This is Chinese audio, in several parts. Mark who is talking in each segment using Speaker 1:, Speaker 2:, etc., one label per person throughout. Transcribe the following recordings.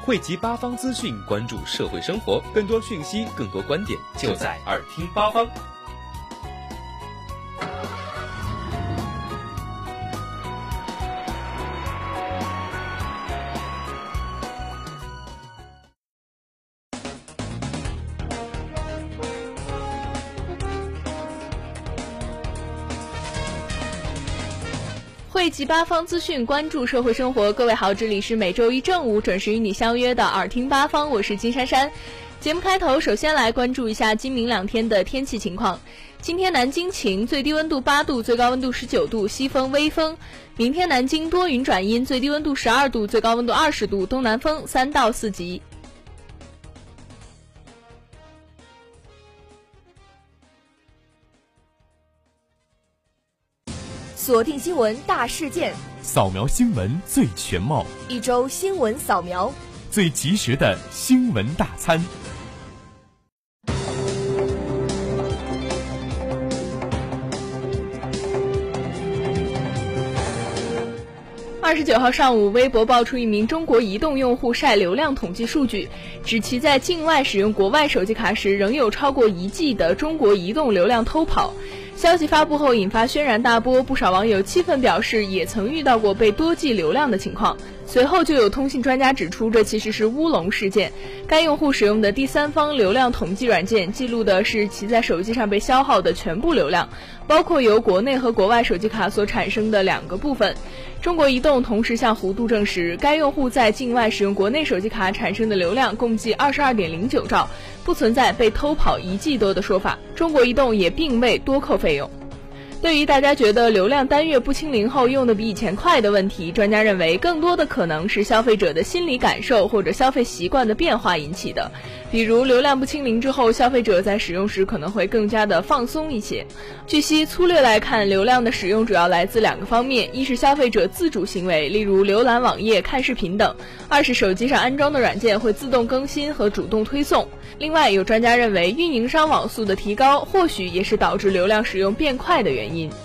Speaker 1: 汇集八方资讯，关注社会生活，更多讯息，更多观点，就在耳听八方。
Speaker 2: 汇集八方资讯，关注社会生活。各位好，这里是每周一正午准时与你相约的耳听八方，我是金珊珊。节目开头，首先来关注一下今明两天的天气情况。今天南京晴，最低温度8度，最高温度19度，西风微风。明天南京多云转阴，最低温度12度，最高温度20度，东南风3到4级。
Speaker 3: 锁定新闻大事件，
Speaker 4: 扫描新闻最全貌，
Speaker 3: 一周新闻扫描，
Speaker 4: 最及时的新闻大餐。
Speaker 2: 29号上午，微博爆出一名中国移动用户晒流量统计数据，指其在境外使用国外手机卡时，仍有超过1G 的中国移动流量偷跑。消息发布后引发轩然大波，不少网友气愤表示也曾遇到过被多 G 流量的情况。随后就有通信专家指出，这其实是乌龙事件。该用户使用的第三方流量统计软件记录的是其在手机上被消耗的全部流量，包括由国内和国外手机卡所产生的2个部分。中国移动同时向弧度证实，该用户在境外使用国内手机卡产生的流量共计 22.09 兆，不存在被偷跑1G 多的说法。中国移动也并未多扣费用。对于大家觉得流量单月不清零后用的比以前快的问题，专家认为更多的可能是消费者的心理感受或者消费习惯的变化引起的。比如流量不清零之后，消费者在使用时可能会更加的放松一些。据悉，粗略来看，流量的使用主要来自2个方面，一是消费者自主行为，例如浏览网页、看视频等；二是手机上安装的软件会自动更新和主动推送。另外，有专家认为，运营商网速的提高或许也是导致流量使用变快的原因。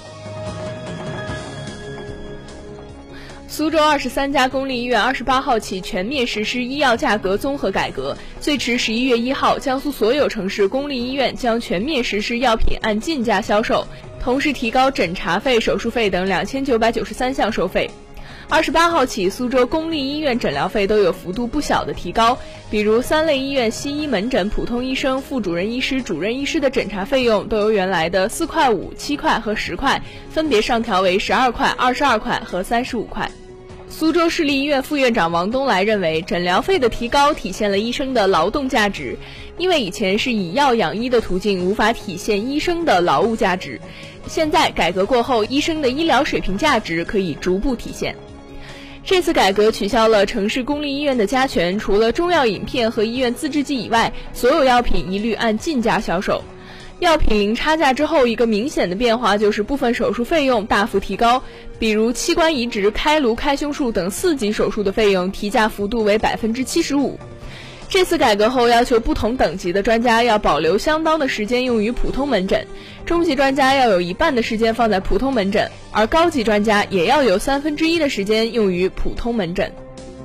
Speaker 2: 苏州23家公立医院28号起全面实施医药价格综合改革，最迟11月1号，江苏所有城市公立医院将全面实施药品按进价销售，同时提高诊查费、手术费等2993项收费。28号起，苏州公立医院诊疗费都有幅度不小的提高，比如3类医院西医门诊普通医生、副主任医师、主任医师的诊查费用都由原来的4块5、7块和10块，分别上调为12块、22块和35块。苏州市立医院副院长王东来认为，诊疗费的提高体现了医生的劳动价值，因为以前是以药养医的途径无法体现医生的劳务价值，现在改革过后，医生的医疗水平价值可以逐步体现。这次改革取消了城市公立医院的加权，除了中药饮片和医院自制剂以外，所有药品一律按进价销售。药品零差价之后，一个明显的变化就是部分手术费用大幅提高，比如器官移植、开颅、开胸术等4级手术的费用提价幅度为 75%。这次改革后，要求不同等级的专家要保留相当的时间用于普通门诊，中级专家要有1半的时间放在普通门诊，而高级专家也要有1/3的时间用于普通门诊。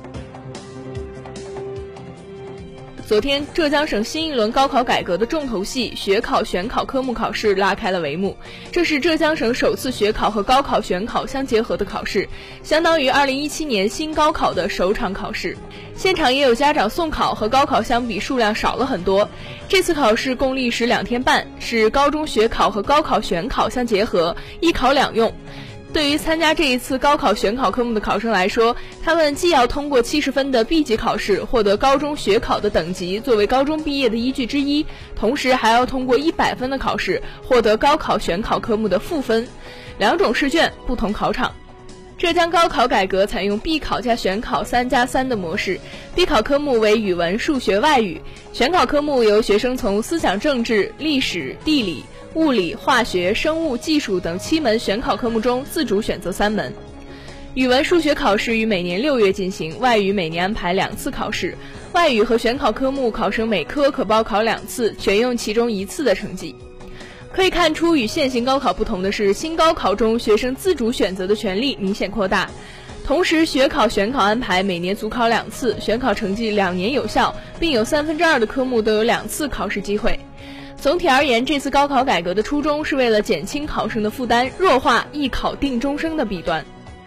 Speaker 2: 昨天，浙江省新一轮高考改革的重头戏学考选考科目考试拉开了帷幕。这是浙江省首次学考和高考选考相结合的考试，相当于2017年新高考的首场考试。现场也有家长送考，和高考相比数量少了很多。这次考试共历时2天半，是高中学考和高考选考相结合，一考两用。对于参加这一次高考选考科目的考生来说，他们既要通过70分的 B 级考试获得高中学考的等级作为高中毕业的依据之一，同时还要通过100分的考试获得高考选考科目的赋分。2种试卷，不同考场。浙江高考改革采用必考加选考3+3的模式，必考科目为语文、数学、外语，选考科目由学生从思想政治、历史、地理、物理、化学、生物、技术等7门选考科目中自主选择3门。语文、数学考试于每年6月进行，外语每年安排2次考试。外语和选考科目考生每科可报考2次，选用其中1次的成绩。可以看出，与现行高考不同的是，新高考中学生自主选择的权利明显扩大。 同时，学考选考安排每年组考2次，选考成绩2年有效，并有2/3的科目都有2次考试机会。总体而言，这次高考改革的初衷是为了减轻考生的负担，弱化一考定终生的弊端。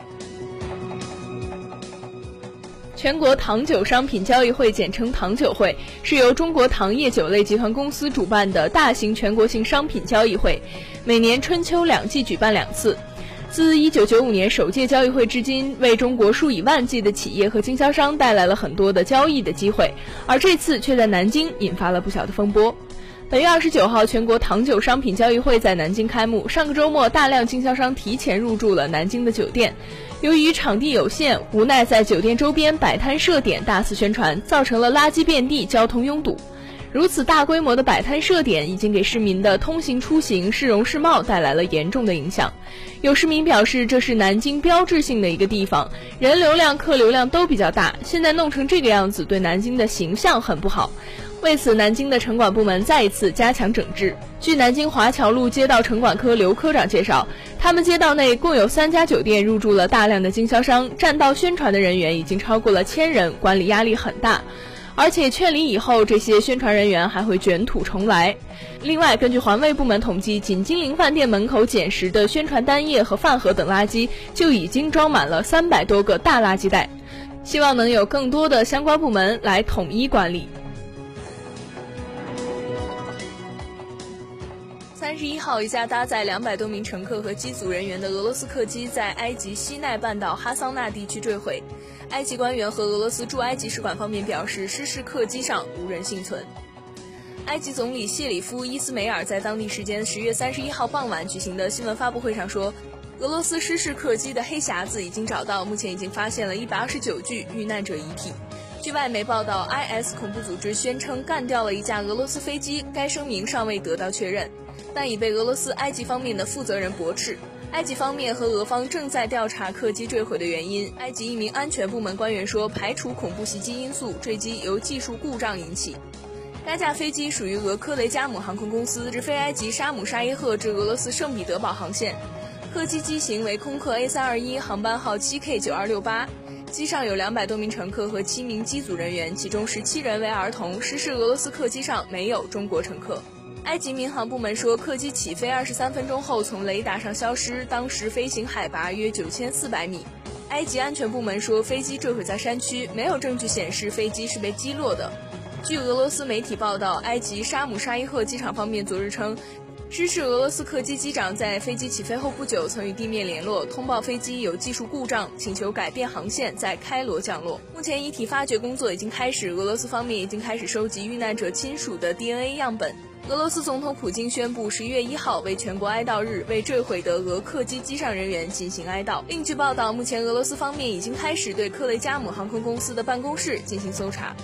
Speaker 2: 全国糖酒商品交易会简称糖酒会，是由中国糖业酒类集团公司主办的大型全国性商品交易会，每年春秋2季举办2次。自1995年首届交易会至今，为中国数以万计的企业和经销商带来了很多的交易的机会，而这次却在南京引发了不小的风波。本月29号，全国糖酒商品交易会在南京开幕。上个周末，大量经销商提前入住了南京的酒店。由于场地有限，无奈在酒店周边摆摊设点，大肆宣传，造成了垃圾遍地、交通拥堵。如此大规模的摆摊设点，已经给市民的通行出行、市容市貌带来了严重的影响。有市民表示，这是南京标志性的一个地方，人流量、客流量都比较大，现在弄成这个样子，对南京的形象很不好。为此，南京的城管部门再一次加强整治。据南京华侨路街道城管科刘科长介绍，他们街道内共有3家酒店入驻了大量的经销商，占道宣传的人员已经超过了1000人，管理压力很大。而且劝离以后，这些宣传人员还会卷土重来。另外，根据环卫部门统计，仅金陵饭店门口捡拾的宣传单页和饭盒等垃圾就已经装满了300多个大垃圾袋。希望能有更多的相关部门来统一管理。31号，一架搭载200多名乘客和机组人员的俄罗斯客机在埃及西奈半岛哈桑那地区坠毁。埃及官员和俄罗斯驻埃及使馆方面表示，失事客机上无人幸存。埃及总理谢里夫·伊斯梅尔在当地时间10月31号傍晚举行的新闻发布会上说，俄罗斯失事客机的黑匣子已经找到，目前已经发现了129具遇难者遗体。据外媒报道， IS 恐怖组织宣称干掉了一架俄罗斯飞机，该声明尚未得到确认，但已被俄罗斯埃及方面的负责人驳斥。埃及方面和俄方正在调查客机坠毁的原因。埃及一名安全部门官员说，排除恐怖袭击因素，坠机由技术故障引起。该架飞机属于俄科雷加姆航空公司，直飞埃及沙姆沙耶赫至俄罗斯圣彼得堡航线。客机机型为空客 A321， 航班号 7K9268。机上有200多名乘客和7名机组人员，其中17人为儿童。失事俄罗斯客机上没有中国乘客。埃及民航部门说，客机起飞23分钟后从雷达上消失，当时飞行海拔约9400米。埃及安全部门说，飞机坠毁在山区，没有证据显示飞机是被击落的。据俄罗斯媒体报道，埃及沙姆沙伊赫机场方面昨日称，失事俄罗斯客机机长在飞机起飞后不久曾与地面联络，通报飞机有技术故障，请求改变航线，在开罗降落。目前遗体发掘工作已经开始，俄罗斯方面已经开始收集遇难者亲属的 DNA 样本。俄罗斯总统普京宣布11月1号为全国哀悼日，为坠毁的俄客机机上人员进行哀悼。另据报道，目前俄罗斯方面已经开始对克雷加姆航空公司的办公室进行搜查。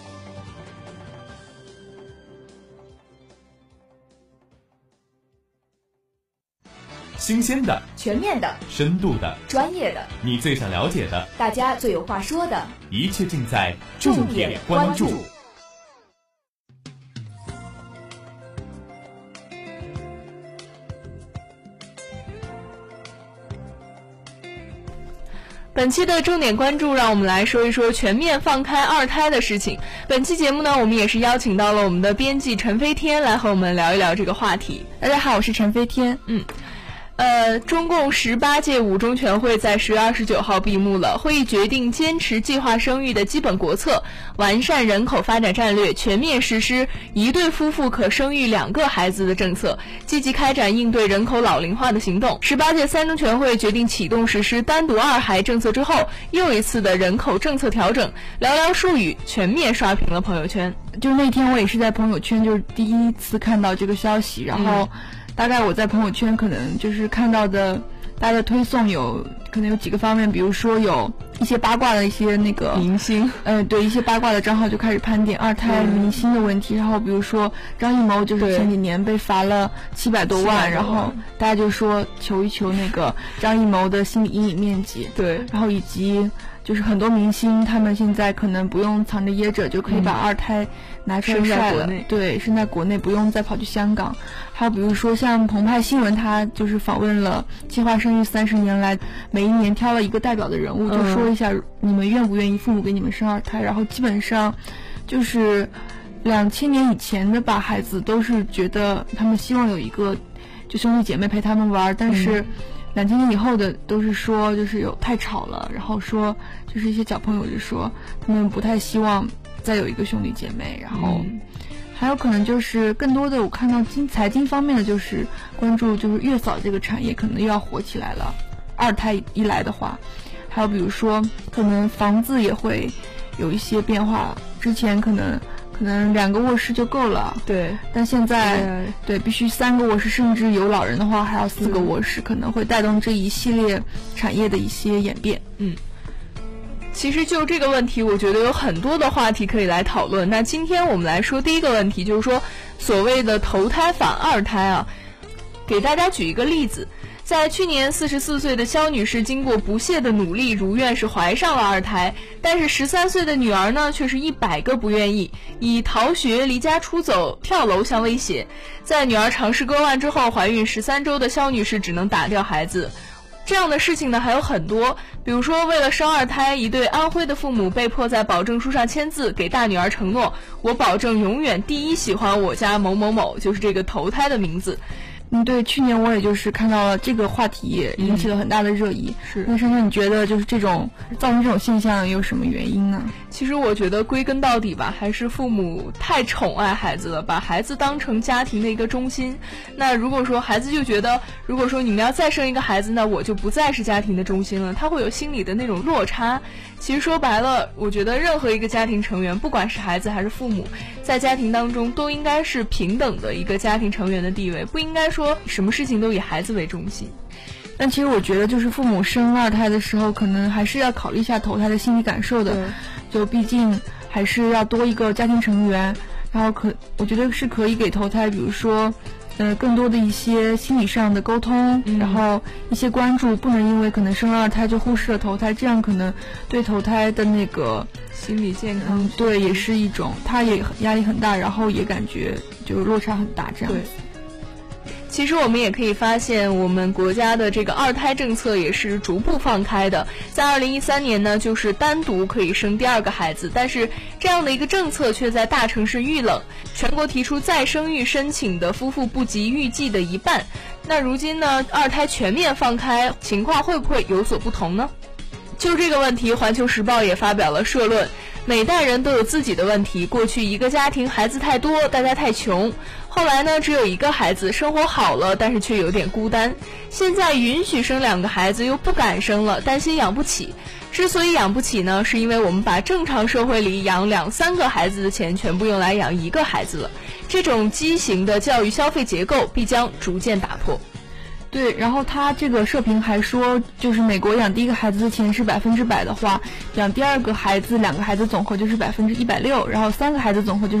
Speaker 4: 新鲜的、
Speaker 3: 全面的、
Speaker 4: 深度的、
Speaker 3: 专业的，
Speaker 4: 你最想了解的，
Speaker 3: 大家最有话说的，
Speaker 4: 一切尽在重点关注。
Speaker 2: 本期的重点关注，让我们来说一说全面放开二胎的事情。本期节目呢，我们也是邀请到了我们的编辑陈飞天来和我们聊一聊这个话题。
Speaker 5: 大家好，我是陈飞天。
Speaker 2: 中共18届五中全会在10月29号闭幕了。会议决定坚持计划生育的基本国策，完善人口发展战略，全面实施一对夫妇可生育2个孩子的政策，积极开展应对人口老龄化的行动。18届三中全会决定启动实施单独2孩政策之后，又一次的人口政策调整，寥寥数语全面刷屏了朋友圈。
Speaker 5: 就是那天我也是在朋友圈就是第一次看到这个消息，然后大概我在朋友圈可能就是看到的大家的推送可能有几个方面，比如说有一些八卦的一些那个
Speaker 2: 明星，
Speaker 5: 对，一些八卦的账号就开始盘点二胎明星的问题，然后比如说张艺谋就是前几年被罚了700多万，然后大家就说求一求那个张艺谋的心理阴影面积，
Speaker 2: 对，
Speaker 5: 然后以及就是很多明星他们现在可能不用藏着掖着，就可以把二胎拿出来晒了，对，生在国内，不用再跑去香港。还有比如说像澎湃新闻，他就是访问了计划生育30年来每一年挑了一个代表的人物，就说一下你们愿不愿意父母给你们生二胎，然后基本上就是2000年以前的吧孩子都是觉得他们希望有一个就兄弟姐妹陪他们玩，但是2000年以后的都是说就是有太吵了，然后说就是一些小朋友就说他们不太希望再有一个兄弟姐妹，然后还有可能就是更多的我看到财经方面的就是关注就是月嫂这个产业可能又要火起来了，二胎一来的话，还有比如说可能房子也会有一些变化，之前可能2个卧室就够了，
Speaker 2: 对，
Speaker 5: 但现在对必须3个卧室，甚至有老人的话还要4个卧室，可能会带动这一系列产业的一些演变。
Speaker 2: 其实就这个问题，我觉得有很多的话题可以来讨论。那今天我们来说第一个问题，就是说所谓的投胎反二胎啊，给大家举一个例子。在去年44岁的肖女士经过不懈的努力，如愿是怀上了二胎，但是13岁的女儿呢，却是100个不愿意，以逃学、离家出走、跳楼相威胁。在女儿尝试割腕之后，怀孕13周的肖女士只能打掉孩子。这样的事情呢还有很多，比如说为了生二胎，一对安徽的父母被迫在保证书上签字，给大女儿承诺，我保证永远第一喜欢我家某某某，就是这个投胎的名字。
Speaker 5: 对，去年我也就是看到了这个话题，也引起了很大的热议。
Speaker 2: 是，
Speaker 5: 那珊珊，你觉得就是这种造成这种现象有什么原因呢？
Speaker 2: 其实我觉得归根到底吧，还是父母太宠爱孩子了，把孩子当成家庭的一个中心。那如果说孩子就觉得，如果说你们要再生一个孩子，那我就不再是家庭的中心了，他会有心理的那种落差。其实说白了，我觉得任何一个家庭成员，不管是孩子还是父母，在家庭当中都应该是平等的一个家庭成员的地位，不应该说什么事情都以孩子为中心。
Speaker 5: 但其实我觉得就是父母生二胎的时候，可能还是要考虑一下投胎的心理感受的，就毕竟还是要多一个家庭成员，然后我觉得是可以给投胎比如说更多的一些心理上的沟通，然后一些关注，不能因为可能生了二胎就忽视了投胎，这样可能对投胎的那个
Speaker 2: 心理健康
Speaker 5: 对也是一种，他也压力很大，然后也感觉就落差很大这样子。
Speaker 2: 其实我们也可以发现，我们国家的这个二胎政策也是逐步放开的。在2013年呢，就是单独可以生第2个孩子，但是这样的一个政策却在大城市遇冷，全国提出再生育申请的夫妇不及预计的1半。那如今呢，二胎全面放开，情况会不会有所不同呢？就这个问题，环球时报也发表了社论。每代人都有自己的问题，过去一个家庭孩子太多，大家太穷，后来呢只有1个孩子，生活好了，但是却有点孤单。现在允许生2个孩子，又不敢生了，担心养不起。之所以养不起呢，是因为我们把正常社会里养2-3个孩子的钱全部用来养1个孩子了，这种畸形的教育消费结构必将逐渐打破。
Speaker 5: 对，然后他这个社评还说，就是美国养第1个孩子的钱是100%的话，养第2个孩子2个孩子总和就是160%，然后3个孩子总和就是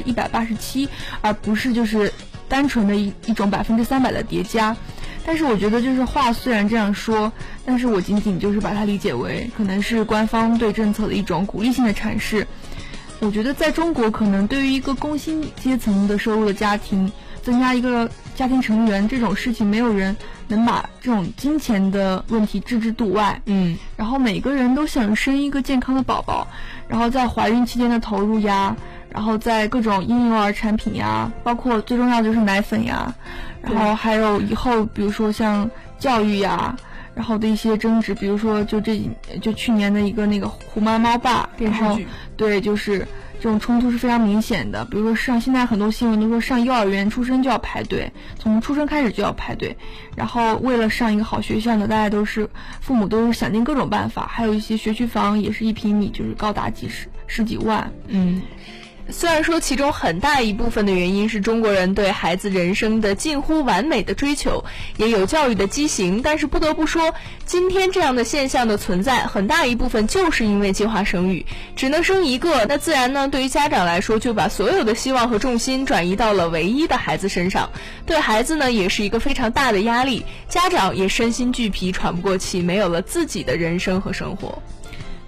Speaker 5: 187%，而不是就是单纯的一种300%的叠加。但是我觉得就是话虽然这样说，但是我仅仅就是把它理解为可能是官方对政策的一种鼓励性的阐释。我觉得在中国，可能对于一个工薪阶层的收入的家庭，增加一个家庭成员这种事情，没有人能把这种金钱的问题置之度外。然后每个人都想生一个健康的宝宝，然后在怀孕期间的投入呀，然后在各种婴幼儿产品呀，包括最重要的就是奶粉呀，然后还有以后比如说像教育呀，然后的一些争执，比如说就去年的一个那个虎妈猫爸
Speaker 2: 电视剧，
Speaker 5: 对，就是这种冲突是非常明显的。比如说现在很多新闻都说上幼儿园出生就要排队，从出生开始就要排队，然后为了上一个好学校呢，大家父母都是想尽各种办法，还有一些学区房也是一平米就是高达十几万。
Speaker 2: 虽然说其中很大一部分的原因是中国人对孩子人生的近乎完美的追求，也有教育的畸形，但是不得不说，今天这样的现象的存在，很大一部分就是因为计划生育，只能生1个，那自然呢，对于家长来说，就把所有的希望和重心转移到了唯一的孩子身上，对孩子呢，也是一个非常大的压力，家长也身心俱疲，喘不过气，没有了自己的人生和生活。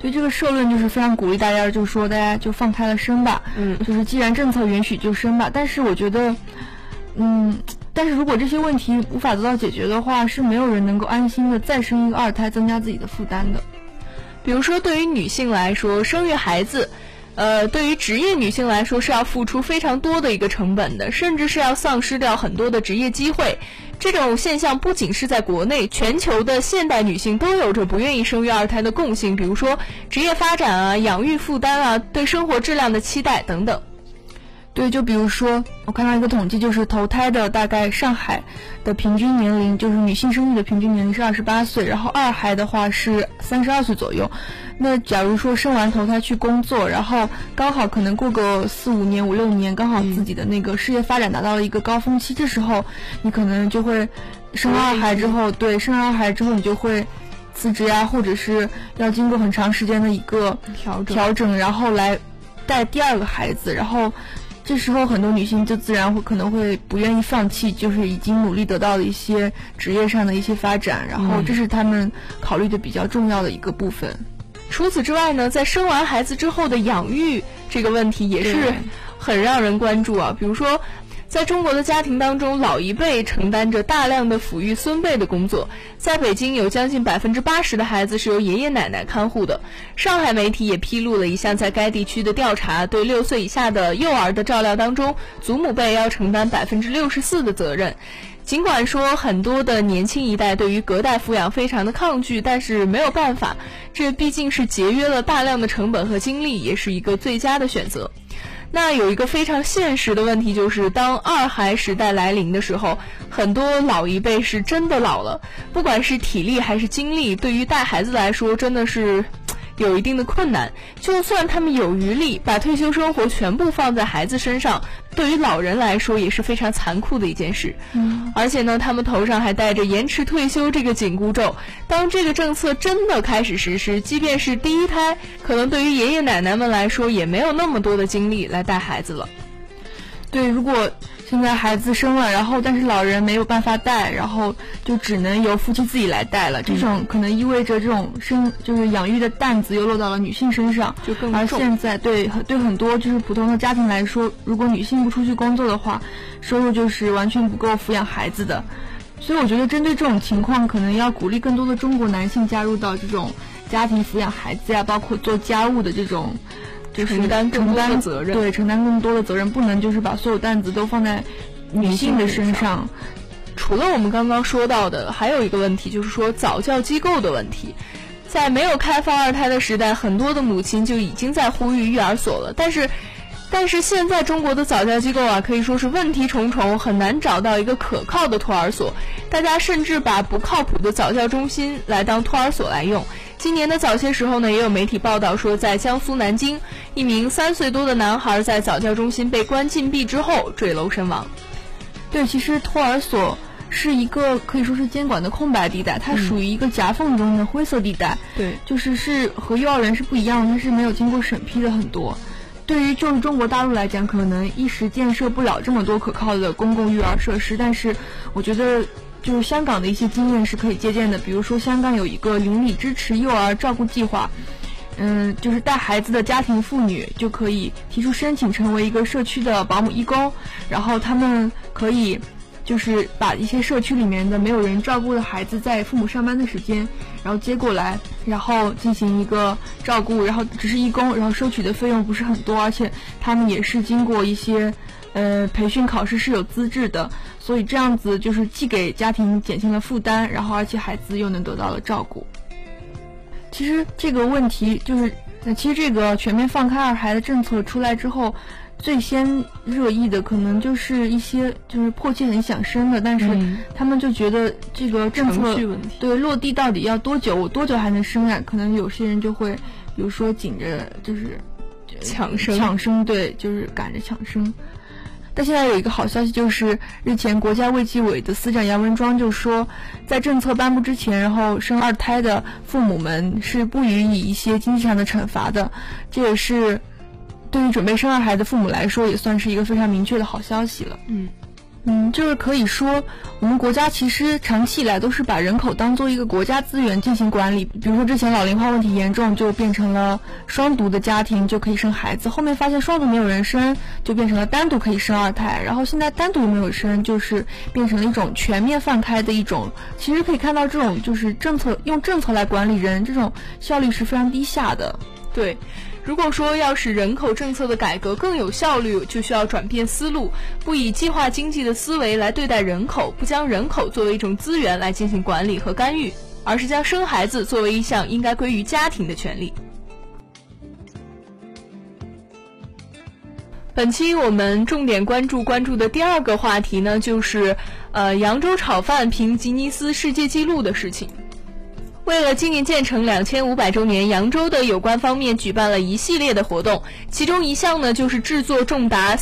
Speaker 5: 对，这个社论就是非常鼓励大家，就是说大家就放开了生吧，就是既然政策允许就生吧。但是我觉得，但是如果这些问题无法得到解决的话，是没有人能够安心的再生一个二胎，增加自己的负担的。
Speaker 2: 比如说，对于女性来说，生育孩子，对于职业女性来说是要付出非常多的一个成本的，甚至是要丧失掉很多的职业机会。这种现象不仅是在国内，全球的现代女性都有着不愿意生育二胎的共性，比如说职业发展啊、养育负担啊、对生活质量的期待等等。
Speaker 5: 对，就比如说我看到一个统计，就是头胎的大概上海的平均年龄，就是女性生育的平均年龄是28岁，然后二孩的话是32岁左右。那假如说生完头胎去工作，然后刚好可能过个4、5年、5、6年，刚好自己的那个事业发展达到了一个高峰期，这时候你可能就会生二孩之后，对，生二孩之后你就会辞职呀，或者是要经过很长时间的一个调整，然后来带第二个孩子，然后这时候很多女性就自然可能会不愿意放弃，就是已经努力得到的一些职业上的一些发展，然后这是他们考虑的比较重要的一个部分。
Speaker 2: 除此之外呢，在生完孩子之后的养育这个问题也是很让人关注啊。比如说，在中国的家庭当中，老一辈承担着大量的抚育孙辈的工作。在北京，有将近80%的孩子是由爷爷奶奶看护的。上海媒体也披露了一项在该地区的调查，对6岁以下的幼儿的照料当中，祖母辈要承担64%的责任。尽管说很多的年轻一代对于隔代抚养非常的抗拒，但是没有办法，这毕竟是节约了大量的成本和精力，也是一个最佳的选择。那有一个非常现实的问题，就是当二孩时代来临的时候，很多老一辈是真的老了，不管是体力还是精力，对于带孩子来说真的是有一定的困难。就算他们有余力把退休生活全部放在孩子身上，对于老人来说也是非常残酷的一件事。而且呢，他们头上还戴着延迟退休这个紧箍咒。当这个政策真的开始实施，即便是第一胎，可能对于爷爷奶奶们来说也没有那么多的精力来带孩子了。
Speaker 5: 对，如果现在孩子生了，然后但是老人没有办法带，然后就只能由夫妻自己来带了，这种可能意味着这种就是养育的担子又落到了女性身上，
Speaker 2: 就更重。
Speaker 5: 而现在对很多就是普通的家庭来说，如果女性不出去工作的话，收入就是完全不够抚养孩子的。所以我觉得针对这种情况，可能要鼓励更多的中国男性加入到这种家庭抚养孩子呀，包括做家务的这种就是
Speaker 2: 承担更多的责任，
Speaker 5: 对，承担更多的责任，不能就是把所有担子都放在女性的身上。
Speaker 2: 除了我们刚刚说到的，还有一个问题，就是说早教机构的问题。在没有开放二胎的时代，很多的母亲就已经在呼吁育儿所了，但是现在中国的早教机构啊，可以说是问题重重，很难找到一个可靠的托儿所。大家甚至把不靠谱的早教中心来当托儿所来用。今年的早些时候呢，也有媒体报道说，在江苏南京，一名3岁多的男孩在早教中心被关禁闭之后坠楼身亡。
Speaker 5: 对，其实托儿所是一个可以说是监管的空白地带，它属于一个夹缝中的灰色地带。
Speaker 2: 对，
Speaker 5: 就是和幼儿园是不一样的，它是没有经过审批的很多。对于就是中国大陆来讲，可能一时建设不了这么多可靠的公共育儿设施，但是我觉得就是香港的一些经验是可以借鉴的。比如说香港有一个邻里支持幼儿照顾计划，就是带孩子的家庭妇女就可以提出申请成为一个社区的保姆义工，然后他们可以就是把一些社区里面的没有人照顾的孩子在父母上班的时间然后接过来，然后进行一个照顾，然后只是义工，然后收取的费用不是很多，而且他们也是经过一些培训考试是有资质的，所以这样子就是既给家庭减轻了负担，然后而且孩子又能得到了照顾。其实这个问题就是其实这个全面放开二孩的政策出来之后，最先热议的可能就是一些就是迫切很想生的，但是他们就觉得这个政策对落地到底要多久，我多久还能生啊？可能有些人就会比如说紧着就是
Speaker 2: 抢生，
Speaker 5: 对，就是赶着抢生。但现在有一个好消息，就是日前国家卫计委的司长杨文庄就说，在政策颁布之前，然后生二胎的父母们是不予以一些经济上的惩罚的，这也是对于准备生二孩的父母来说，也算是一个非常明确的好消息了。 就是可以说，我们国家其实长期以来都是把人口当做一个国家资源进行管理。比如说之前老龄化问题严重，就变成了双独的家庭就可以生孩子，后面发现双独没有人生，就变成了单独可以生2胎，然后现在单独没有生，就是变成了一种全面放开的一种。其实可以看到，这种就是用政策来管理人，这种效率是非常低下的。
Speaker 2: 对。如果说要使人口政策的改革更有效率，就需要转变思路，不以计划经济的思维来对待人口，不将人口作为一种资源来进行管理和干预，而是将生孩子作为一项应该归于家庭的权利。本期我们重点关注的第2个话题呢，就是扬州炒饭评吉尼斯世界纪录的事情。为了纪念建成2500周年，扬州的有关方面举办了一系列的活动，其中一项呢就是制作重达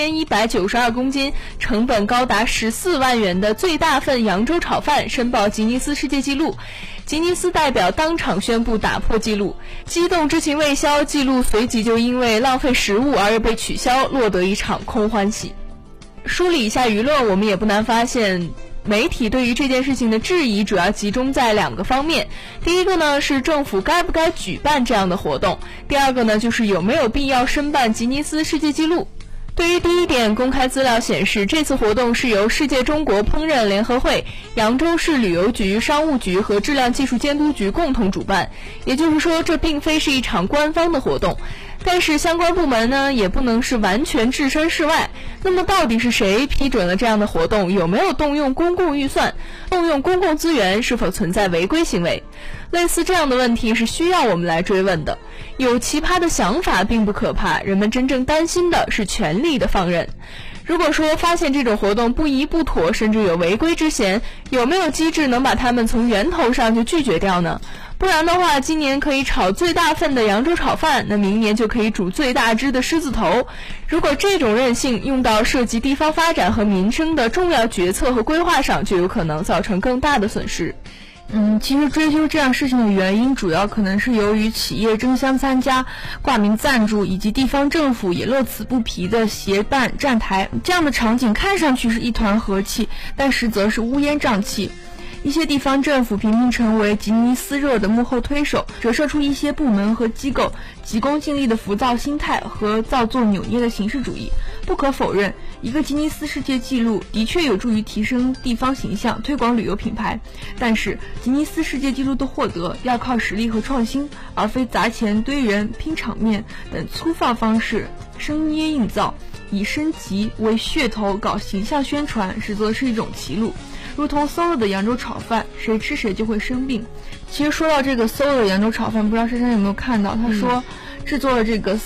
Speaker 2: 4192公斤、成本高达14万元的最大份扬州炒饭，申报吉尼斯世界纪录。吉尼斯代表当场宣布打破纪录，激动之情未消，纪录随即就因为浪费食物而被取消，落得一场空欢喜。梳理一下舆论，我们也不难发现，媒体对于这件事情的质疑主要集中在2个方面。第一个呢是政府该不该举办这样的活动，第二个呢就是有没有必要申办吉尼斯世界纪录。对于第一点，公开资料显示，这次活动是由世界中国烹饪联合会、扬州市旅游局、商务局和质量技术监督局共同主办，也就是说这并非是一场官方的活动。但是相关部门呢也不能是完全置身事外，那么到底是谁批准了这样的活动？有没有动用公共预算？动用公共资源？是否存在违规行为？类似这样的问题是需要我们来追问的。有奇葩的想法并不可怕，人们真正担心的是权力的放任。如果说发现这种活动不宜不妥，甚至有违规之嫌，有没有机制能把他们从源头上就拒绝掉呢？不然的话，今年可以炒最大份的扬州炒饭，那明年就可以煮最大只的狮子头。如果这种任性用到涉及地方发展和民生的重要决策和规划上，就有可能造成更大的损失。
Speaker 5: 其实追究这样事情的原因，主要可能是由于企业争相参加、挂名赞助，以及地方政府也乐此不疲的协办站台，这样的场景看上去是一团和气，但实则是乌烟瘴气。一些地方政府频频成为吉尼斯热的幕后推手，折射出一些部门和机构急功近利的浮躁心态和造作扭捏的形式主义。不可否认，一个吉尼斯世界纪录的确有助于提升地方形象，推广旅游品牌，但是吉尼斯世界纪录的获得要靠实力和创新，而非砸钱堆人、拼场面等粗放方式生捏硬造，以升级为噱头搞形象宣传，实则是一种歧路。如同馊了的扬州炒饭，谁吃谁就会生病。其实说到这个馊了的扬州炒饭，不知道珊珊有没有看到，他说制作了这个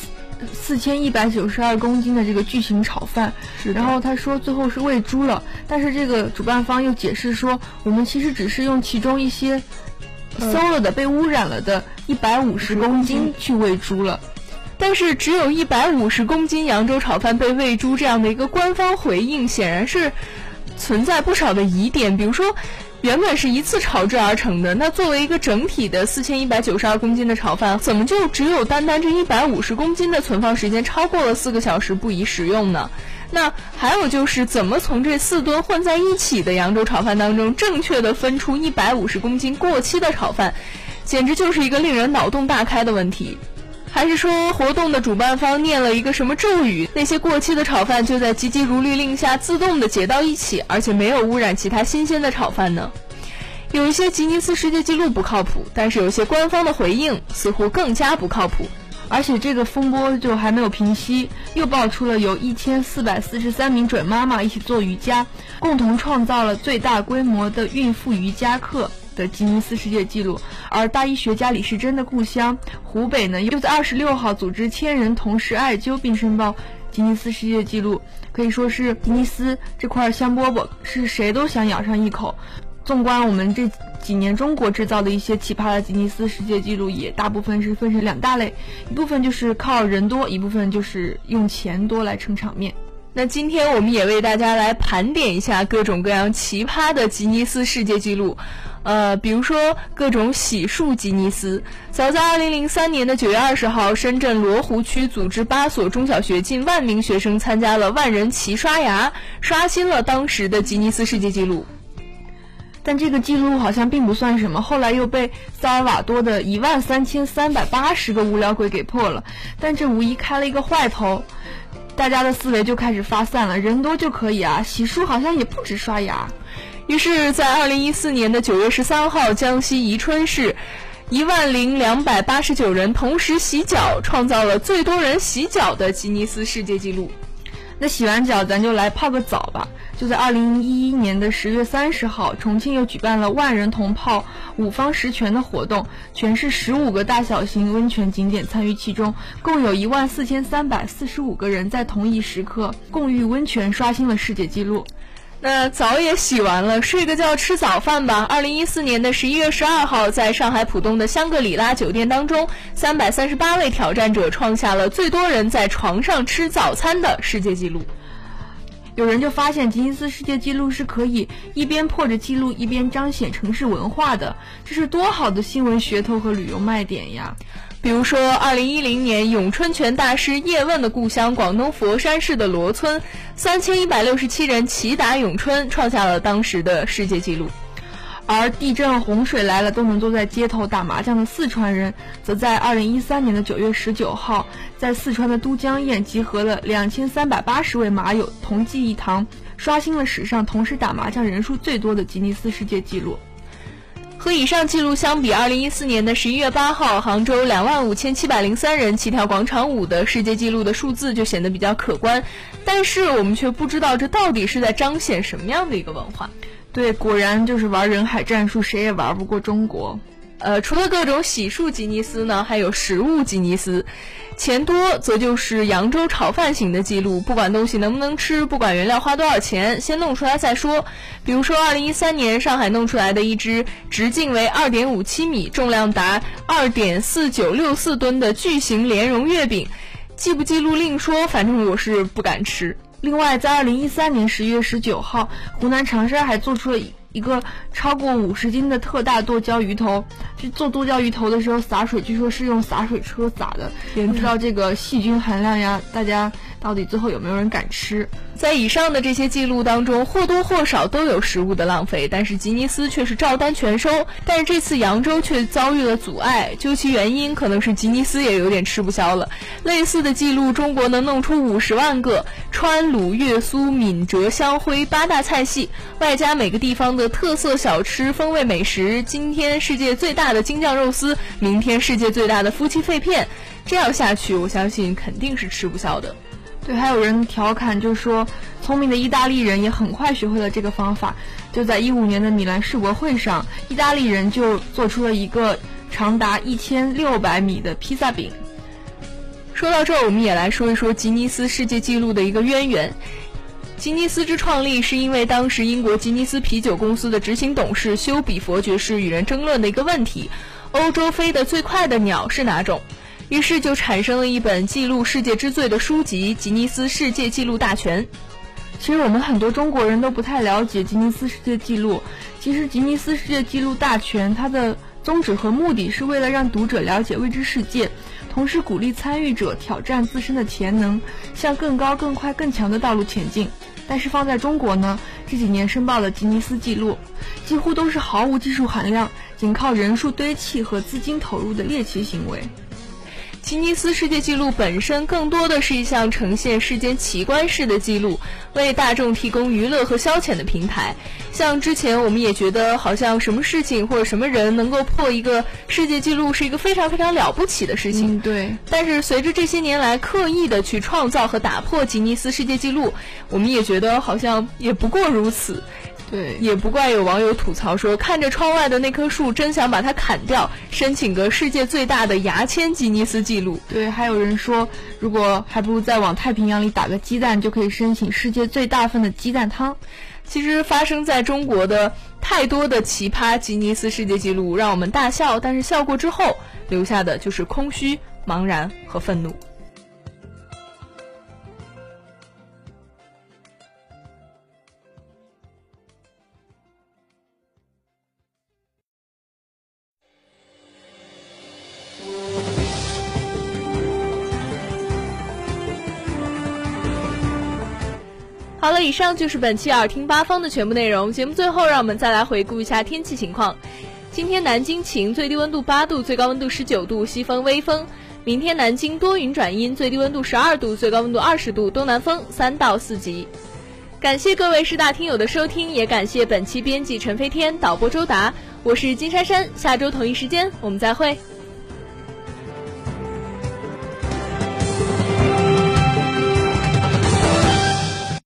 Speaker 5: 4192公斤的这个巨型炒饭，然后他说最后是喂猪了，但是这个主办方又解释说，我们其实只是用其中一些馊了的、被污染了的150公斤去喂猪了。
Speaker 2: 但是只有150公斤扬州炒饭被喂猪这样的一个官方回应，显然是存在不少的疑点。比如说原本是一次炒制而成的，那作为一个整体的4192公斤的炒饭，怎么就只有单单这150公斤的存放时间超过了4个小时不宜食用呢？那还有就是怎么从这4吨混在一起的扬州炒饭当中正确的分出150公斤过期的炒饭，简直就是一个令人脑洞大开的问题。还是说活动的主办方念了一个什么咒语，那些过期的炒饭就在急急如律令下自动的结到一起，而且没有污染其他新鲜的炒饭呢？有一些吉尼斯世界纪录不靠谱，但是有些官方的回应似乎更加不靠谱。
Speaker 5: 而且这个风波就还没有平息，又爆出了有1443名准妈妈一起做瑜伽，共同创造了最大规模的孕妇瑜伽课的吉尼斯世界纪录。而大医学家李时珍的故乡湖北呢，又在26号组织1000人同时艾灸并申报吉尼斯世界纪录，可以说是吉尼斯这块香饽饽是谁都想咬上一口。纵观我们这几年中国制造的一些奇葩的吉尼斯世界纪录，也大部分是分成2大类，一部分就是靠人多，一部分就是用钱多来撑场面。
Speaker 2: 那今天我们也为大家来盘点一下各种各样奇葩的吉尼斯世界纪录。比如说各种洗漱吉尼斯。早在2003年的9月20号，深圳罗湖区组织8所中小学近10000名学生参加了万人齐刷牙，刷新了当时的吉尼斯世界纪录。
Speaker 5: 但这个记录好像并不算什么，后来又被萨尔瓦多的13380个无聊鬼给破了。但这无疑开了一个坏头，大家的思维就开始发散了，人多就可以啊，洗漱好像也不止刷牙。
Speaker 2: 于是在2014年的9月13号，江西宜春市10289人同时洗脚，创造了最多人洗脚的吉尼斯世界纪录。
Speaker 5: 那洗完脚咱就来泡个澡吧。就在2011年的10月30号，重庆又举办了万人同泡5方十泉的活动，全市15个大小型温泉景点参与其中，共有14345个人在同一时刻共浴温泉，刷新了世界纪录。
Speaker 2: 那澡也洗完了，睡个觉吃早饭吧。2014年的11月12号，在上海浦东的香格里拉酒店当中，338位挑战者创下了最多人在床上吃早餐的世界纪录。
Speaker 5: 有人就发现吉尼斯世界纪录是可以一边破着记录一边彰显城市文化的，这是多好的新闻噱头和旅游卖点呀。
Speaker 2: 比如说2010年咏春拳大师叶问的故乡广东佛山市的罗村，3167人齐打咏春，创下了当时的世界纪录。
Speaker 5: 而地震洪水来了都能坐在街头打麻将的四川人，则在2013年的9月19号，在四川的都江堰集合了2380位麻友同济一堂，刷新了史上同时打麻将人数最多的吉尼斯世界纪录。
Speaker 2: 和以上记录相比，2014年的11月8号，杭州25703人齐跳广场舞的世界纪录的数字就显得比较可观，但是我们却不知道这到底是在彰显什么样的一个文化。
Speaker 5: 对，果然就是玩人海战术，谁也玩不过中国。
Speaker 2: 除了各种洗漱吉尼斯呢，还有食物吉尼斯。钱多则就是扬州炒饭型的记录，不管东西能不能吃，不管原料花多少钱，先弄出来再说。比如说2013年上海弄出来的一只直径为2.57米，重量达2.4964吨的巨型莲蓉月饼，记不记录另说，反正我是不敢吃。
Speaker 5: 另外，在2013年11月19号，湖南长沙还做出了一个超过50斤的特大剁椒鱼头。去做剁椒鱼头的时候洒水，据说是用洒水车洒的，不知道这个细菌含量呀，大家到底最后有没有人敢吃。
Speaker 2: 在以上的这些记录当中，或多或少都有食物的浪费，但是吉尼斯却是照单全收。但是这次扬州却遭遇了阻碍，究其原因，可能是吉尼斯也有点吃不消了。类似的记录，中国能弄出50万个，川鲁粤苏闽浙湘徽8大菜系，外加每个地方的特色小吃、风味美食。今天世界最大的京酱肉丝，明天世界最大的夫妻肺片，这样下去，我相信肯定是吃不消的。
Speaker 5: 对，还有人调侃就说，聪明的意大利人也很快学会了这个方法。就在15年的米兰世博会上，意大利人就做出了一个长达1600米的披萨饼。
Speaker 2: 说到这儿，我们也来说一说吉尼斯世界纪录的一个渊源。吉尼斯之创立是因为当时英国吉尼斯啤酒公司的执行董事休比佛爵士与人争论的一个问题：欧洲飞得最快的鸟是哪种？于是就产生了一本记录世界之最的书籍《吉尼斯世界纪录大全》。
Speaker 5: 其实我们很多中国人都不太了解吉尼斯世界纪录。其实吉尼斯世界纪录大全它的宗旨和目的是为了让读者了解未知世界，同时鼓励参与者挑战自身的潜能，向更高、更快、更强的道路前进。但是放在中国呢，这几年申报的吉尼斯纪录几乎都是毫无技术含量，仅靠人数堆砌和资金投入的猎奇行为。
Speaker 2: 吉尼斯世界纪录本身更多的是一项呈现世间奇观式的记录，为大众提供娱乐和消遣的平台。像之前我们也觉得好像什么事情或者什么人能够破一个世界纪录是一个非常非常了不起的事情。
Speaker 5: 对。
Speaker 2: 但是随着这些年来刻意的去创造和打破吉尼斯世界纪录，我们也觉得好像也不过如此。
Speaker 5: 对，
Speaker 2: 也不怪有网友吐槽说，看着窗外的那棵树，真想把它砍掉，申请个世界最大的牙签吉尼斯纪录。
Speaker 5: 对，还有人说，如果还不如再往太平洋里打个鸡蛋，就可以申请世界最大份的鸡蛋汤。
Speaker 2: 其实发生在中国的太多的奇葩吉尼斯世界纪录，让我们大笑，但是笑过之后，留下的就是空虚、茫然和愤怒。 好了，以上就是本期耳听八方的全部内容。节目最后，让我们再来回顾一下天气情况。今天南京晴，最低温度8度，最高温度19度，西风微风。明天南京多云转阴，最低温度12度，最高温度20度，东南风3到4级。感谢各位师大听友的收听，也感谢本期编辑陈飞天，导播周达，我是金珊珊，下周同一时间我们再会。